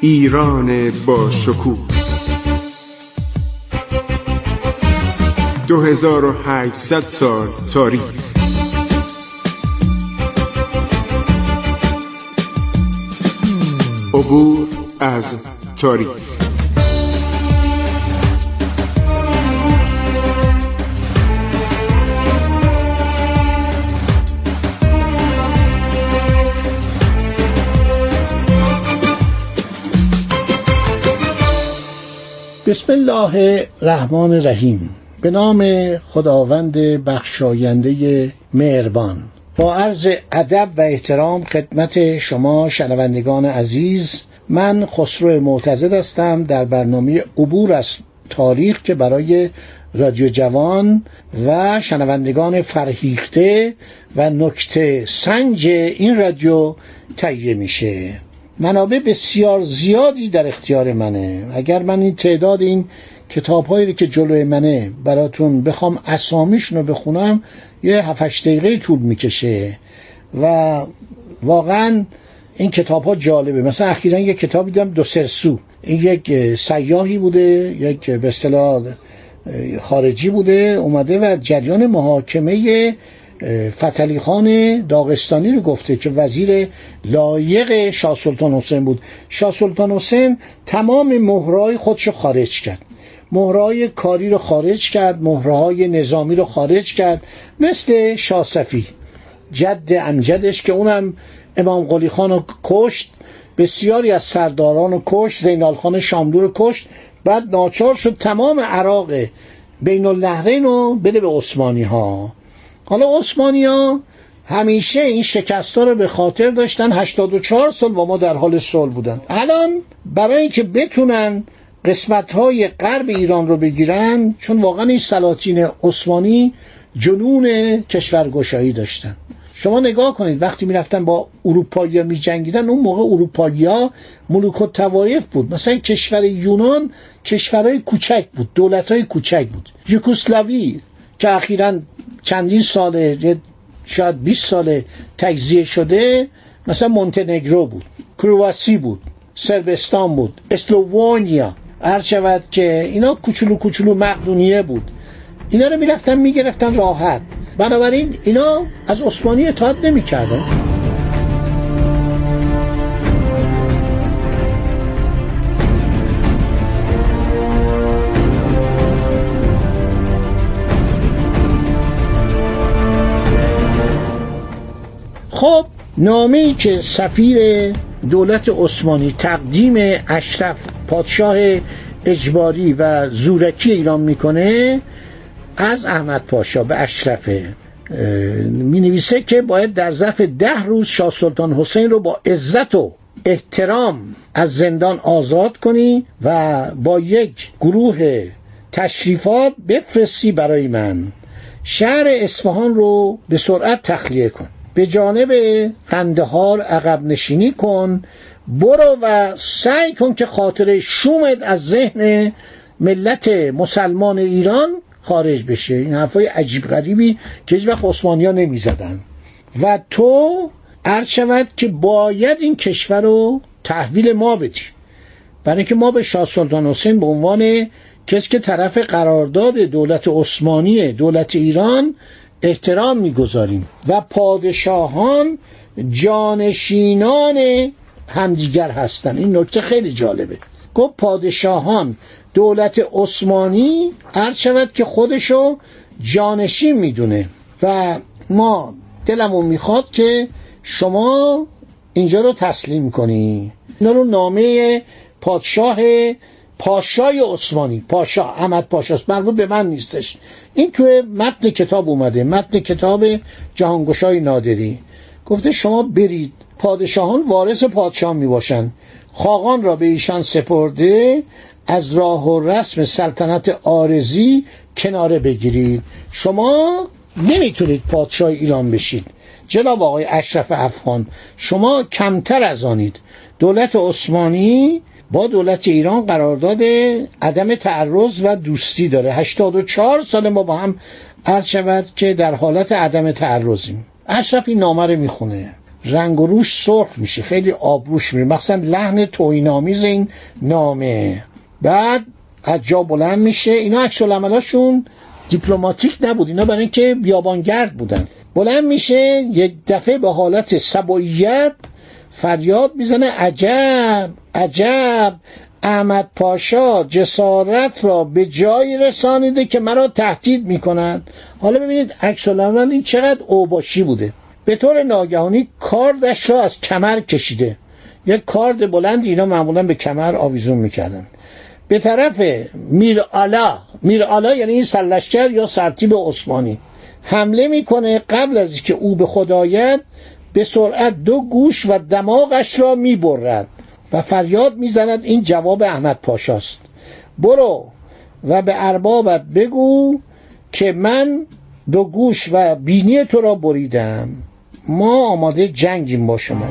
ایران با شکوه 2800 سال تاریخ. عبور از تاریخ. بسم الله الرحمن الرحیم. به نام خداوند بخشاینده مهربان. با عرض ادب و احترام خدمت شما شنوندگان عزیز، من خسرو معتزد هستم در برنامه عبور از تاریخ که برای رادیو جوان و شنوندگان فرهیخته و نکته سنج این رادیو تهیه میشه. منابع بسیار زیادی در اختیار منه. اگر من این تعداد این کتاب‌هایی که جلوی منه براتون بخوام اسامیشون رو بخونم یه 7-8 دقیقه طول میکشه و واقعا این کتاب‌ها جالبه. مثلا اخیراً یک کتابی دیدم دوسرسو، این یک سیاحی بوده، یک به اصطلاح خارجی بوده، اومده و جریان محاکمه فتحعلی خان داغستانی رو گفته که وزیر لایق شاه سلطان حسین بود. شاه سلطان حسین تمام مهرهای خودشو خارج کرد، مهرهای کاری رو خارج کرد، مهرهای نظامی رو خارج کرد، مثل شاه صفی جد امجدش که اونم امام قلی خان رو کشت، بسیاری از سرداران رو کشت، زینال خان شاملو رو کشت، بعد ناچار شد تمام عراق بین النهرین رو بده به عثمانی ها. حالا عثمانی ها همیشه این شکست ها رو به خاطر داشتن، 84 سال با ما در حال صلح بودن. الان برای اینکه بتونن قسمت های غرب ایران رو بگیرن، چون واقعا این سلاطین عثمانی جنون کشورگشایی داشتن. شما نگاه کنید وقتی میرفتن با اروپایی ها می جنگیدن، اون موقع اروپایی ها ملوک الطوایف بود. مثلا کشور یونان کشورهای کوچک بود، دولتهای کوچک بود. یوگسلاوی که اخیراً چندین ساله، شاید 20 ساله تجزیه شده، مثلا مونتنگرو بود، کرواسی بود، سربستان بود، اسلوونیا، عرض شود که اینا کوچولو کوچولو مقدونیه بود. اینا رو میرفتن میگرفتن راحت، بنابراین اینا از عثمانی اطاعت نمیکردن. خب نامه‌ای که سفیر دولت عثمانی تقدیم اشرف پادشاه اجباری و زورکی ایران میکنه از احمد پاشا به اشرفه، می نویسه که باید در ظرف 10 روز شاه سلطان حسین رو با عزت و احترام از زندان آزاد کنی و با یک گروه تشریفات بفرستی برای من. شهر اصفهان رو به سرعت تخلیه کن، به جانب قندهار عقب نشینی کن، برو و سعی کن که خاطره شومت از ذهن ملت مسلمان ایران خارج بشه. این حرفای عجیب غریبی که هیچ وقت عثمانی ها نمی زدن. و تو عرض شود که باید این کشور رو تحویل ما بدی، برای اینکه ما به شاه سلطان حسین به عنوان کسی که طرف قرارداد دولت عثمانی دولت ایران احترام میگذاریم و پادشاهان جانشینان همدیگر هستن. این نکته خیلی جالبه. گفت پادشاهان دولت عثمانی عرض شود که خودشو جانشین میدونه و ما دلمون میخواد که شما اینجا رو تسلیم کنی. اینا رو نامه پاشای عثمانی، پاشا احمد پاشاست، مربوط به من نیستش. این توی متن کتاب اومده، متن کتاب جهانگشای نادری. گفته شما برید، پادشاهان وارث پادشاه می باشن، خاقان را به ایشان سپرده از راه و رسم سلطنت عارضی کناره بگیرید. شما نمیتونید پادشاه ایران بشید. جناب آقای اشرف افغان، شما کمتر از آنید. دولت عثمانی با دولت ایران قرارداد عدم تعرض و دوستی داره. 84 سال ما با هم عرض شود که در حالت عدم تعرضیم. اشرف این نامه رو میخونه رنگ و روش سرخ میشه، خیلی آبروش میره، مثلا لحن توهین‌آمیز این نامه. بعد از جا بلند میشه. اینا عکس العملاشون دیپلماتیک نبود، اینا برای اینکه بیابانگرد بودن. بلند میشه یک دفعه به حالت سباییت فریاد میزنه عجب عجب، احمد پاشا جسارت را به جایی رسانیده که مرا تهدید میکنند. حالا ببینید عکس العمل این چقدر اوباشی بوده. به طور ناگهانی کاردش را از کمر کشیده، یک کارد بلند اینا معمولا به کمر آویزون میکردن، به طرف میرعلا یعنی این سرلشکر یا سرتیپ عثمانی حمله میکنه. قبل از اینکه او به خود آید به سرعت 2 گوش و دماغش را میبرد و فریاد میزند این جواب احمد پاشاست، برو و به اربابت بگو که من 2 گوش و بینی تو را بریدم، ما آماده جنگیم با شما.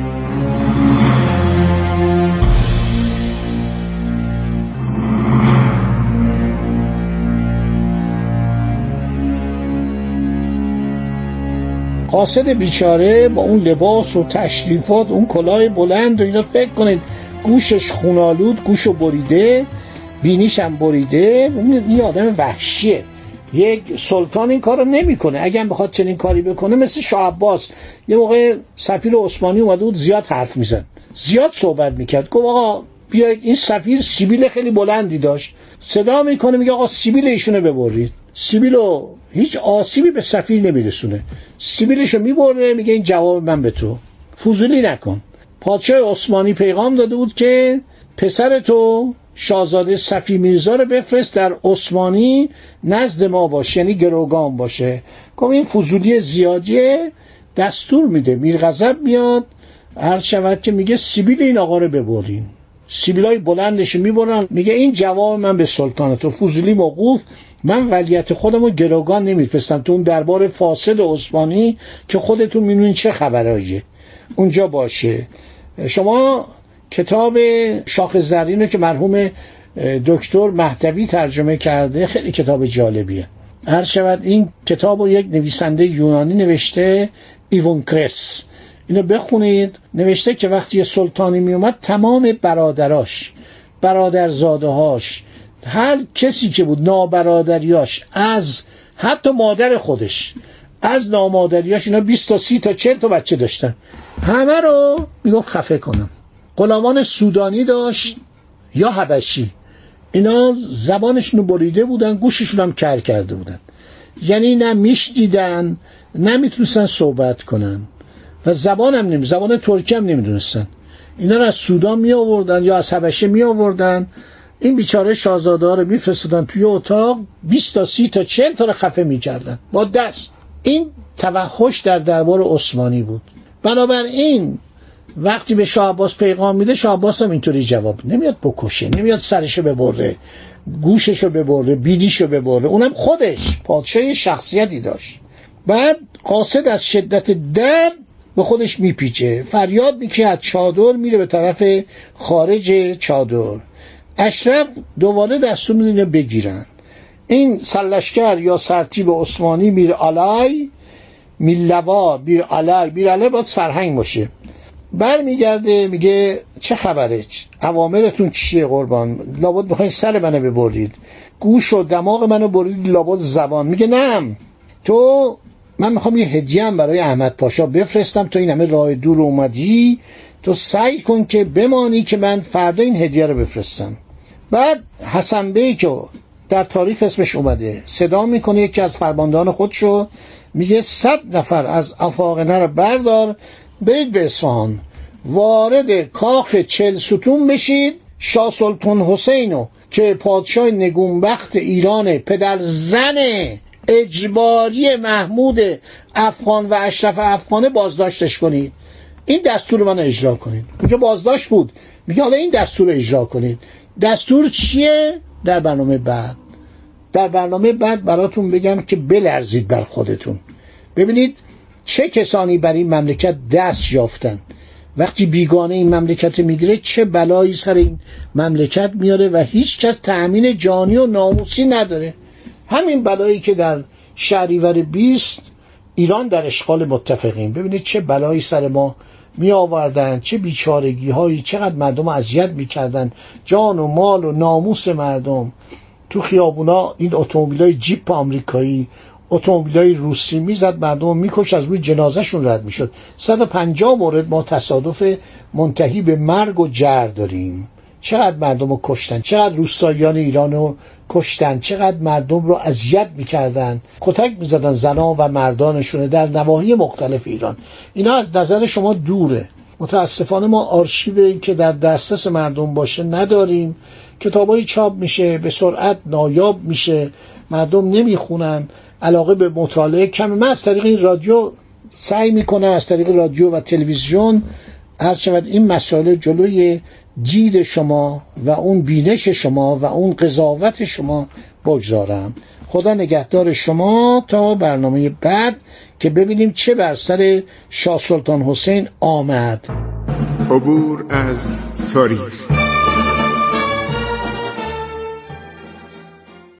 قاصد بیچاره با اون لباس و تشریفات، اون کلاه بلند و اینا، فکر کنید گوشش خونالود، گوشو بریده، بینیش هم بریده. این آدم وحشیه. یک سلطان این کارو نمیکنه. اگه بخواد چنین کاری بکنه مثل شاه عباس، یه موقع سفیر عثمانی اومده بود زیاد حرف میزد، زیاد صحبت میکرد، گفت آقا بیاید. این سفیر سیبیل خیلی بلندی داشت، صدا میکنه میگه آقا سیبیل ایشونو ببرید. سیبیلو هیچ آسیبی به سفیر نمیرسونه، سیبیلشو میبره، میگه این جواب من به تو، فضولی نکن. پادشاه عثمانی پیغام داده بود که پسر تو شاهزاده صفی میرزا رو بفرست در عثمانی نزد ما باشه، یعنی گروگان باشه. گفت این فضولی زیادیه، دستور میده. میرغضب میاد عرض شود که میگه سیبیل این آقا رو ببرین. سیبیلای بلندش میبرن، میگه این جواب من به سلطان تو، فضولی موقوف، من ولیت خودم رو گروگان نمیفرستم تو اون دربار فاسد عثمانی که خودتون میدونین چه خبراییه اونجا باشه. شما کتاب شاخ زرین رو که مرحوم دکتر مهدوی ترجمه کرده، خیلی کتاب جالبیه. عرض شود این کتاب رو یک نویسنده یونانی نوشته، ایوونکرس. اینو بخونید. نوشته که وقتی یه سلطانی میومد تمام برادراش، برادرزاده‌هاش، هر کسی که بود، نابرادریاش، از حتی مادر خودش، از نامادریاش، اینا 20 تا 30 تا 40 تا بچه داشتن، همه رو میگم خفه کنم. غلامان سودانی داشت یا حبشی، اینا زبانشون رو بریده بودن، گوششون هم کر کرده بودن، یعنی نه میشنیدن نه میتونستن صحبت کنن و زبان ترکی هم نمیدونستن. اینا رو از سودان می آوردن یا از حبشه می آوردن. این بیچاره شاهزاده ها رو میفرستادن توی اتاق، 20 تا 30 تا 40 تا رو خفه میکردن با دست. این توحش در دربار عثمانی بود. بنابراین وقتی به شاه عباس پیغام میده، شاه عباس هم اینطوری جواب نمیاد بکشه، نمیاد سرشو ببره، گوششو ببره، بینیشو ببره. اونم خودش پادشاه شخصیتی داشت. بعد قاصد از شدت درد به خودش میپیچه، فریاد میکشه، از چادر میره به طرف خارج چادر. اشرف دوباره دستور میدونه بگیرن. این سرلشکر یا سرتیپ عثمانی میرعلای باید سرهنگ باشه. برمیگرده میگه چه خبره، اوامرتون چیه قربان؟ لابد میخواین سر منو ببرید، گوش و دماغ منو برید، لابد زبان. میگه نه، من میخوام یه هدیه هم برای احمد پاشا بفرستم، تو این همه راه دور اومدی، تو سعی کن که بمانی که من فردا این هدیه رو بفرستم. بعد حسن بی که در تاریخ اسمش اومده صدا میکنه یکی از فرماندهان خودشو، میگه 100 نفر از افاقنه رو بردار، برید به اصفهان، وارد کاخ 40 ستون بشید، شاه سلطان حسینو که پادشاه نگونبخت ایران، پدر زن اجباری محمود افغان و اشرف افغانه، بازداشتش کنید. این دستور من اجرا کنید. اونجا بازداشت بود، میگه حالا این دستور اجرا کنید. دستور چیه؟ در برنامه بعد براتون بگم که بلرزید بر خودتون. ببینید چه کسانی بر این مملکت دست یافتن. وقتی بیگانه این مملکت میگیره چه بلایی سر این مملکت میاره و هیچ کس تأمین جانی و ناموسی نداره. همین بلایی که در شهریور 20 ایران در اشغال متفقین. ببینید چه بلایی سر ما می آوردن، چه بیچارگی هایی، چقدر مردم اذیت میکردن، جان و مال و ناموس مردم. تو خیابونا این اتومبیلای جیپ آمریکایی، اتومبیلای روسی میزد مردم میکش، از روی جنازهشون رد میشد. 150 مورد ما تصادف منتهی به مرگ و جر داریم. چقدر مردم رو کشتن، چقدر روستاییان ایران رو کشتن، چقدر مردم رو اذیت میکردن، کتک میزدن زنان و مردانشونه در نواحی مختلف ایران. اینا از نظر شما دوره. متاسفانه ما آرشیوی که در دسترس مردم باشه نداریم. کتابای چاپ میشه، به سرعت نایاب میشه، مردم نمیخونن، علاقه به مطالعه کمه. من از طریق این رادیو سعی میکنم، از طریق رادیو و تلویزیون، هر شود این مسائل جلوی دید شما و اون بینش شما و اون قضاوت شما بگذارم. خدا نگهدار شما تا برنامه بعد که ببینیم چه بر سر شاه سلطان حسین آمد. عبور از تاریخ.